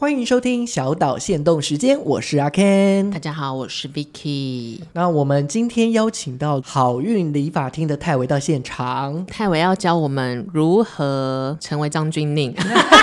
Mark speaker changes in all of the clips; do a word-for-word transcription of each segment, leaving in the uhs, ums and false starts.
Speaker 1: 欢迎收听小岛限动时间，我是阿 Ken。
Speaker 2: 大家好，我是 Vicky。
Speaker 1: 那我们今天邀请到好运理发厅的泰维到现场，
Speaker 2: 泰维要教我们如何成为张钧甯。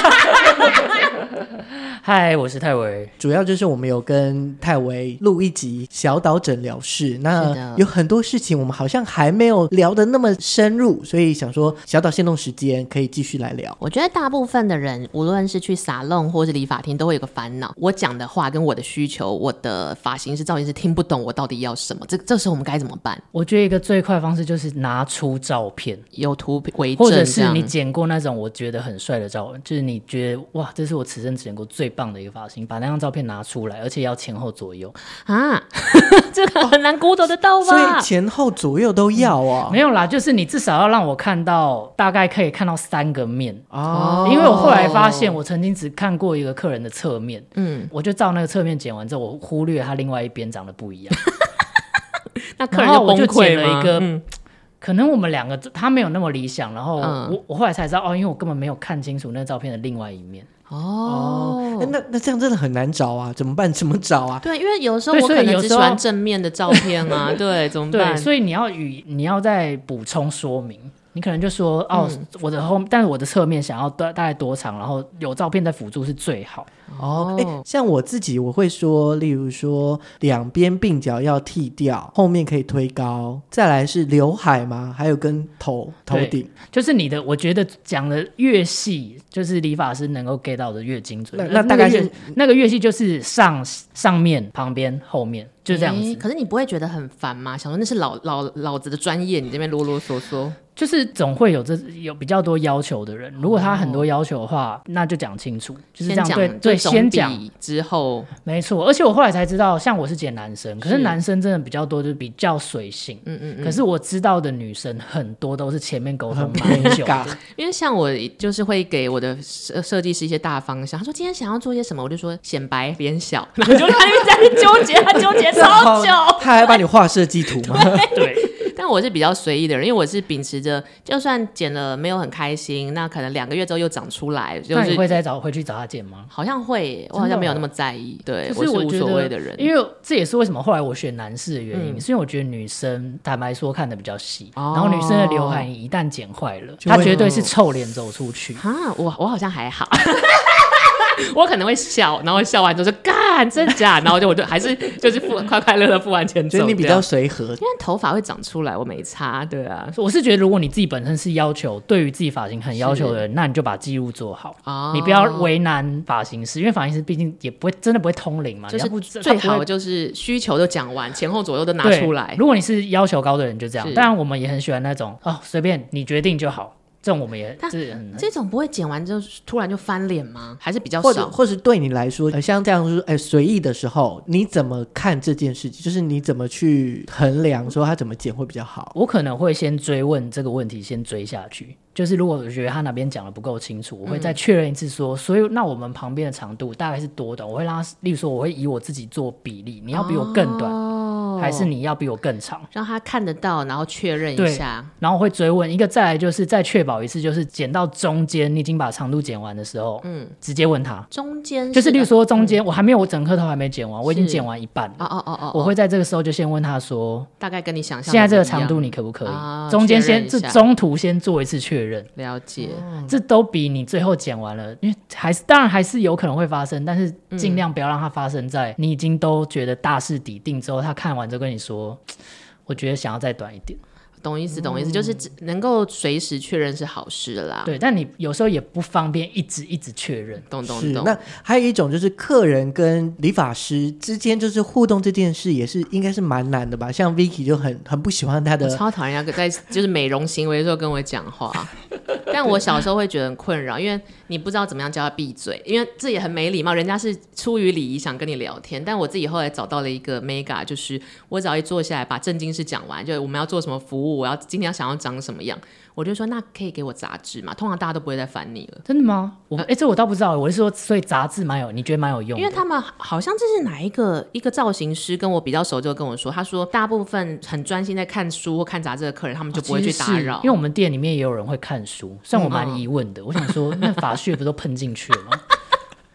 Speaker 3: 嗨，我是泰维。
Speaker 1: 主要就是我们有跟泰维录一集小岛诊疗室，那有很多事情我们好像还没有聊得那么深入，所以想说小岛限动时间可以继续来聊。
Speaker 2: 我觉得大部分的人无论是去沙龙或是理发厅都会有个烦恼，我讲的话跟我的需求，我的发型师造型师听不懂我到底要什么，这这时候我们该怎么办？
Speaker 3: 我觉得一个最快的方式就是拿出照片，
Speaker 2: 有图为证，
Speaker 3: 或者是你剪过那种我觉得很帅的照片，就是你觉得哇这是我此生剪过最棒的一个发型，把那张照片拿出来，而且要前后左右啊
Speaker 2: 这个很难估得得到吧？
Speaker 1: 所以前后左右都要啊、
Speaker 3: 嗯、没有啦，就是你至少要让我看到大概可以看到三个面
Speaker 1: 哦，
Speaker 3: 因为我后来发现我曾经只看过一个客人的侧面，
Speaker 2: 嗯，
Speaker 3: 我就照那个侧面剪完之后，我忽略他另外一边长得不一样
Speaker 2: 那客人就崩溃
Speaker 3: 了一个、
Speaker 2: 嗯
Speaker 3: 可能我们两个他没有那么理想，然后我、
Speaker 2: 嗯、
Speaker 3: 我后来才知道哦，因为我根本没有看清楚那个照片的另外一面。
Speaker 2: 哦，
Speaker 1: 哦那那这样真的很难找啊，怎么办？怎么找啊？
Speaker 2: 对，因为有时候我可能只喜欢正面的照片啊，对，怎么办？
Speaker 3: 对，所以你要与你要再补充说明。你可能就说哦、嗯，我的后，但是我的侧面想要大概多长，然后有照片在辅助是最好。
Speaker 1: 哦，哎，像我自己我会说，例如说两边鬓角要剃掉，后面可以推高，再来是刘海嘛，还有跟头头顶，
Speaker 3: 就是你的，我觉得讲的越细，就是理发师能够 get 到的越精准。
Speaker 1: 那那大概是
Speaker 3: 那个越细，就是上上面、旁边、后面。就这样子、欸、
Speaker 2: 可是你不会觉得很烦吗？想说那是老老老子的专业，你这边啰啰嗦嗦，
Speaker 3: 就是总会有这有比较多要求的人，如果他很多要求的话、哦、那就讲清楚，就是这样。对对，先讲
Speaker 2: 之后
Speaker 3: 没错。而且我后来才知道，像我是剪男生，可是男生真的比较多，就是比较随性。嗯嗯嗯。可是我知道的女生很多都是前面沟通蛮久的，
Speaker 2: 因为像我就是会给我的设计师一些大方向，他说今天想要做些什么，我就说显白脸小，我就在那边在那边纠结，他纠结超久，
Speaker 1: 他还帮你画设计图吗？
Speaker 3: 对。
Speaker 2: 但我是比较随意的人，因为我是秉持着，就算剪了没有很开心，那可能两个月之后又长出来，就是、
Speaker 3: 那你会再找回去找他剪吗？
Speaker 2: 好像会，我好像没有那么在意。对，
Speaker 3: 就是我
Speaker 2: 是无所谓的人。
Speaker 3: 因为这也是为什么后来我选男士的原因，嗯、是因为我觉得女生坦白说看得比较细，哦、然后女生的刘海一旦剪坏了，她绝对是臭脸走出去。
Speaker 2: 啊，我我好像还好。我可能会笑，然后笑完之后说干真假，然后就我就还是就是付快快乐乐付完钱走。
Speaker 1: 所以你比较随和，
Speaker 2: 因为头发会长出来，我没差，对啊。
Speaker 3: 我是觉得如果你自己本身是要求对于自己发型很要求的人，那你就把记录做好、哦、你不要为难发型师，因为发型师毕竟也不会真的不会通灵嘛，
Speaker 2: 就是最好就是需求都讲完，前后左右都拿出来。
Speaker 3: 如果你是要求高的人就这样，当然我们也很喜欢那种哦随便你决定就好。这种我们也是、嗯、
Speaker 2: 这种不会剪完之后突然就翻脸吗？还是比较少？
Speaker 1: 或者或是对你来说，呃、像这样说，哎，随意的时候，你怎么看这件事情？就是你怎么去衡量说他怎么剪会比较好？
Speaker 3: 我可能会先追问这个问题，先追下去。就是如果我觉得他哪边讲的不够清楚，我会再确认一次说、嗯、所以那我们旁边的长度大概是多短，我会让他，例如说我会以我自己做比例，你要比我更短、哦、还是你要比我更长，
Speaker 2: 让他看得到然后确认一下，
Speaker 3: 然后我会追问一个，再来就是再确保一次，就是剪到中间你已经把长度剪完的时候，嗯，直接问他
Speaker 2: 中间
Speaker 3: 就是例如说中间、嗯、我还没有，我整颗头还没剪完，我已经剪完一半了，
Speaker 2: 哦哦哦哦，
Speaker 3: 我会在这个时候就先问他说
Speaker 2: 大概跟你想象
Speaker 3: 现在这个长度你可不可以、哦、中间先这中途先做一次确认，
Speaker 2: 了解、
Speaker 3: 哦、这都比你最后剪完了，因为还是当然还是有可能会发生，但是尽量不要让它发生在你已经都觉得大势已定之后，他看完就跟你说我觉得想要再短一点。
Speaker 2: 懂意思懂意思、嗯、就是能够随时确认是好事了啦。
Speaker 3: 对，但你有时候也不方便一直一直确认。
Speaker 2: 懂懂懂。
Speaker 1: 那还有一种就是客人跟理发师之间就是互动这件事也是应该是蛮难的吧？像 Vicky 就很很不喜欢他的，
Speaker 2: 我超讨厌他在就是美容行为的时候跟我讲话但我小时候会觉得很困扰，因为你不知道怎么样叫他闭嘴，因为这也很没礼貌，人家是出于礼仪想跟你聊天，但我自己后来找到了一个 mega， 就是我只要一坐下来把正经事讲完，就我们要做什么服务，我要今天要想要长什么样，我就说那可以给我杂志嘛，通常大家都不会再烦你了。
Speaker 3: 真的吗？我哎、欸，这我倒不知道。我是说所以杂志蛮有，你觉得蛮有用的？
Speaker 2: 因为他们好像这是哪一个一个造型师跟我比较熟就跟我说，他说大部分很专心在看书或看杂志的客人他们就不会去打扰、
Speaker 3: 哦、因为我们店里面也有人会看书，虽然我蛮疑问的、嗯、我想说那法穴不都喷进去了吗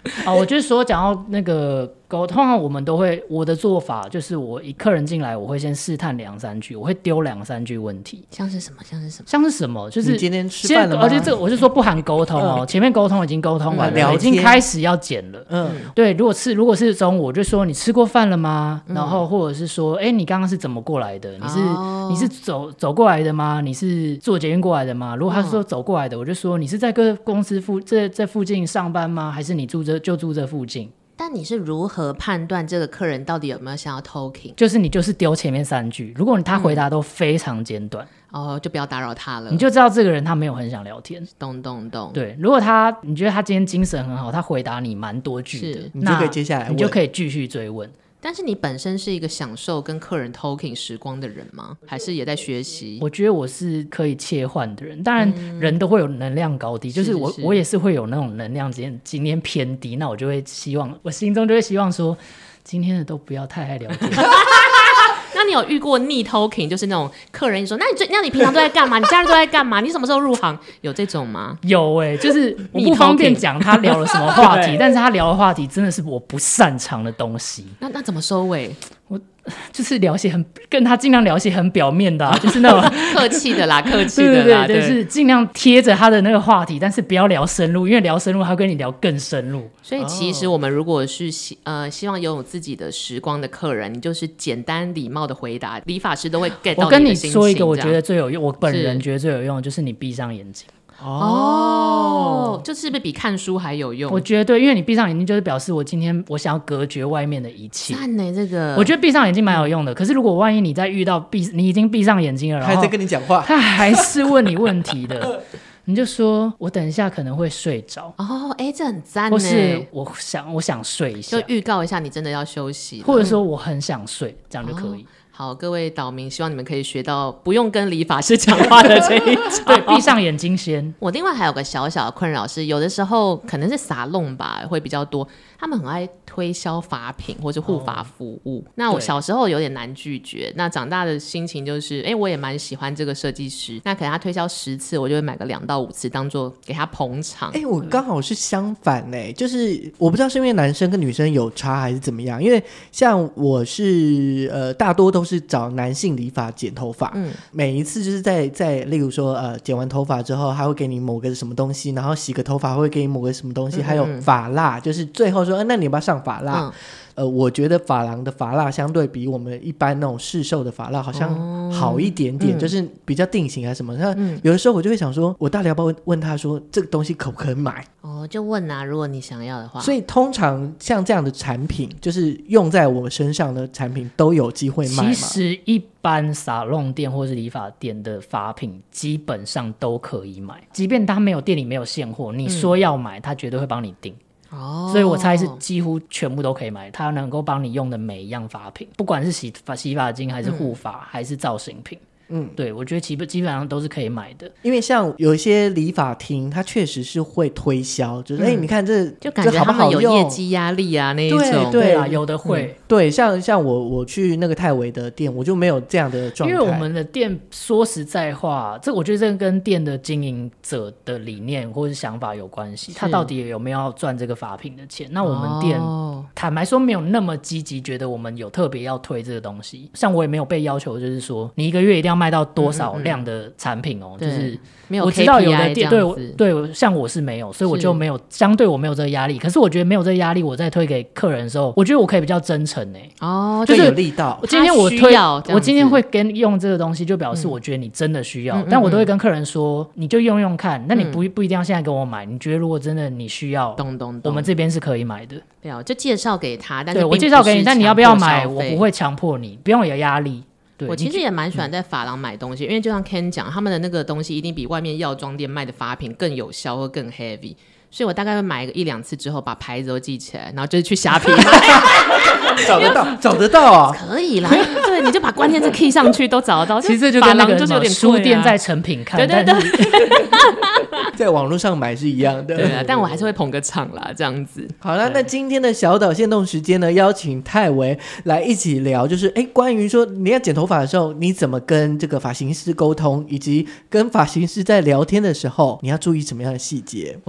Speaker 3: 啊，我就是说讲到那个沟通，通常我们都会，我的做法就是我一客人进来，我会先试探两三句，我会丢两三句问题，
Speaker 2: 像是什么？像是什么？
Speaker 3: 像是什么？就是
Speaker 1: 你今天吃饭了吗？
Speaker 3: 而且这个我是说不含沟通哦，嗯、前面沟通已经沟通完了，嗯、已经开始要剪了。嗯，对，如果是如果是中午，我就说你吃过饭了吗？嗯、然后或者是说，哎，你刚刚是怎么过来的？你是、哦、你是走走过来的吗？你是坐捷运过来的吗？如果他是说走过来的，我就说你是在各公司附这这附近上班吗？还是你住这就住这附近？
Speaker 2: 但你是如何判断这个客人到底有没有想要 talking？
Speaker 3: 就是你就是丢前面三句，如果他回答都非常简短、
Speaker 2: 嗯、哦，就不要打扰他了，
Speaker 3: 你就知道这个人他没有很想聊天。
Speaker 2: 懂懂懂。
Speaker 3: 对，如果他你觉得他今天精神很好，他回答你蛮多句的，
Speaker 1: 你就可以接下来问，
Speaker 3: 你就可以继续追问。
Speaker 2: 但是你本身是一个享受跟客人 talking 时光的人吗？还是也在学习？
Speaker 3: 我觉得我是可以切换的人，当然人都会有能量高低、嗯、就是我是是我也是会有那种能量今天今天偏低，那我就会希望我心中就会希望说今天的都不要太爱聊天。
Speaker 2: 那你有遇过逆 talking， 就是那种客人说那你最那你平常都在干嘛？你假日都在干嘛？你什么时候入行？有这种吗？
Speaker 3: 有哎、欸，就是我不方便讲他聊了什么话题，但是他聊的话题真的是我不擅长的东西。
Speaker 2: 那那怎么收尾？
Speaker 3: 我就是聊些很跟他尽量聊些很表面的、啊，就是那种
Speaker 2: 客气的啦，客气的啦，
Speaker 3: 对对对，就是尽量贴着他的那个话题，但是不要聊深入，因为聊深入他会跟你聊更深入。
Speaker 2: 所以其实我们如果是希呃希望拥有自己的时光的客人，你就是简单礼貌的回答，理发师都会 get 到你的心情。我跟你
Speaker 3: 说一个我觉得最有用，我本人觉得最有用的就是你闭上眼睛。
Speaker 2: 哦，这是不是比看书还有用？
Speaker 3: 我觉得对，因为你闭上眼睛就是表示我今天我想要隔绝外面的一切。
Speaker 2: 赞呢，这个
Speaker 3: 我觉得闭上眼睛蛮有用的。可是如果万一你在遇到闭你已经闭上眼睛了，然后
Speaker 1: 他还在跟你讲话，
Speaker 3: 他还是问你问题的，你就说我等一下可能会睡着。
Speaker 2: 哦，哎，这很赞呢。
Speaker 3: 或是我想我想睡一下，
Speaker 2: 就预告一下你真的要休息，
Speaker 3: 或者说我很想睡，这样就可以。哦，
Speaker 2: 好，各位岛民，希望你们可以学到不用跟理发师讲话的这一招。
Speaker 3: 对，闭上眼睛先。我
Speaker 2: 另外还有个小小的困扰是，有的时候可能是沙龙吧会比较多，他们很爱推销发品或是护发服务、哦、那我小时候有点难拒绝，那长大的心情就是哎，我也蛮喜欢这个设计师，那可能他推销十次我就会买个两到五次当做给他捧场。
Speaker 1: 哎，我刚好是相反哎，就是我不知道是因为男生跟女生有差还是怎么样，因为像我是呃大多都是找男性理发剪头发、嗯、每一次就是在在例如说呃剪完头发之后他会给你抹个什么东西，然后洗个头发会给你抹个什么东西、嗯、还有发蜡，就是最后说、呃、那你要不要上发蜡、嗯呃，我觉得发廊的发蜡相对比我们一般那种市售的发蜡好像好一点点、哦嗯、就是比较定型还是什么。那、嗯、有的时候我就会想说我到底要不要 问, 问他说这个东西可不可以买。
Speaker 2: 哦，就问啊，如果你想要的话。
Speaker 1: 所以通常像这样的产品就是用在我们身上的产品都有机会卖吗？
Speaker 3: 其实一般沙龙店或是理发店的发品基本上都可以买，即便他没有店里没有现货，你说要买、嗯、他绝对会帮你订。哦，所以我猜是几乎全部都可以买，它能够帮你用的每一样发品，不管是洗发洗发精还是护发、嗯、还是造型品。嗯，对，我觉得基本基本上都是可以买的。
Speaker 1: 因为像有一些理发厅它确实是会推销，就是哎、嗯欸，你看这
Speaker 2: 就感觉他们有业绩压力啊那一种。
Speaker 1: 对
Speaker 3: 对啊，有的会、
Speaker 1: 嗯、对，像像我我去那个泰维的店我就没有这样的状态。
Speaker 3: 因为我们的店说实在话，这我觉得这跟店的经营者的理念或是想法有关系，他到底有没有要赚这个发品的钱。那我们店、哦、坦白说没有那么积极觉得我们有特别要推这个东西，像我也没有被要求就是说你一个月一定要卖到多少量的产品哦、嗯嗯、就是
Speaker 2: 没有
Speaker 3: 我知道有的店对对，像我是没有，所以我就没有相对我没有这个压力。可是我觉得没有这个压力，我在推给客人的时候，我觉得我可以比较真诚哎、欸、
Speaker 1: 哦，就是有力道。
Speaker 3: 今天我推我今天会跟用这个东西，就表示我觉得你真的需要、嗯、但我都会跟客人说，你就用用看，那你不、嗯、不一定要现在跟我买，你觉得如果真的你需要，
Speaker 2: 懂懂懂，
Speaker 3: 我们这边是可以买的。
Speaker 2: 对啊，就介绍给他，但是
Speaker 3: 对我介绍给你，但你要不要买，我不会强迫你，不用有压力。
Speaker 2: 我其实也蛮喜欢在发廊买东西、嗯、因为就像 Ken 讲，他们的那个东西一定比外面药妆店卖的发品更有效或更 heavy， 所以我大概会买个一两次之后把牌子都记起来，然后就是去虾皮
Speaker 1: 找得到找得到啊，
Speaker 2: 可以啦对，你就把关键字 key 上去都找得到。
Speaker 3: 其实这就跟那个就是有点书店在成品看，对对对
Speaker 1: 在网络上买是一样的。
Speaker 2: 对啊，但我还是会捧个场啦，这样子。
Speaker 1: 好了，那今天的小岛限动时间呢，邀请泰维来一起聊，就是哎，关于说你要剪头发的时候，你怎么跟这个发型师沟通，以及跟发型师在聊天的时候，你要注意什么样的细节？
Speaker 2: 我觉得这是一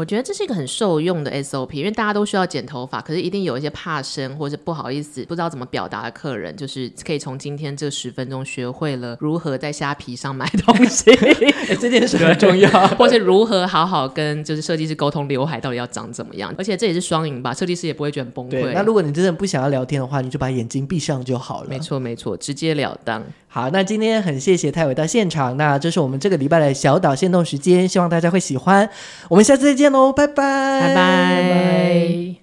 Speaker 2: 一个很受用的 S O P， 因为大家都需要剪头发，可是一定有一些怕生或是不好意思不知道怎么表达的客人，就是可以从今天这十分钟学会了如何在虾皮上买东西、
Speaker 1: 欸、这件事很重要
Speaker 2: 或是如何好好跟就是设计师沟通刘海到底要长怎么样，而且这也是双赢吧，设计师也不会觉得很崩溃。
Speaker 1: 那如果你真的不想要聊天的话，你就把眼睛闭上就好了。
Speaker 2: 没错没错，直截了当。
Speaker 1: 好，那今天很谢谢泰伟到现场，那这是我们这个礼拜的小岛限动时间，希望大家会喜欢，我们下次再见喽，拜拜
Speaker 2: 拜拜。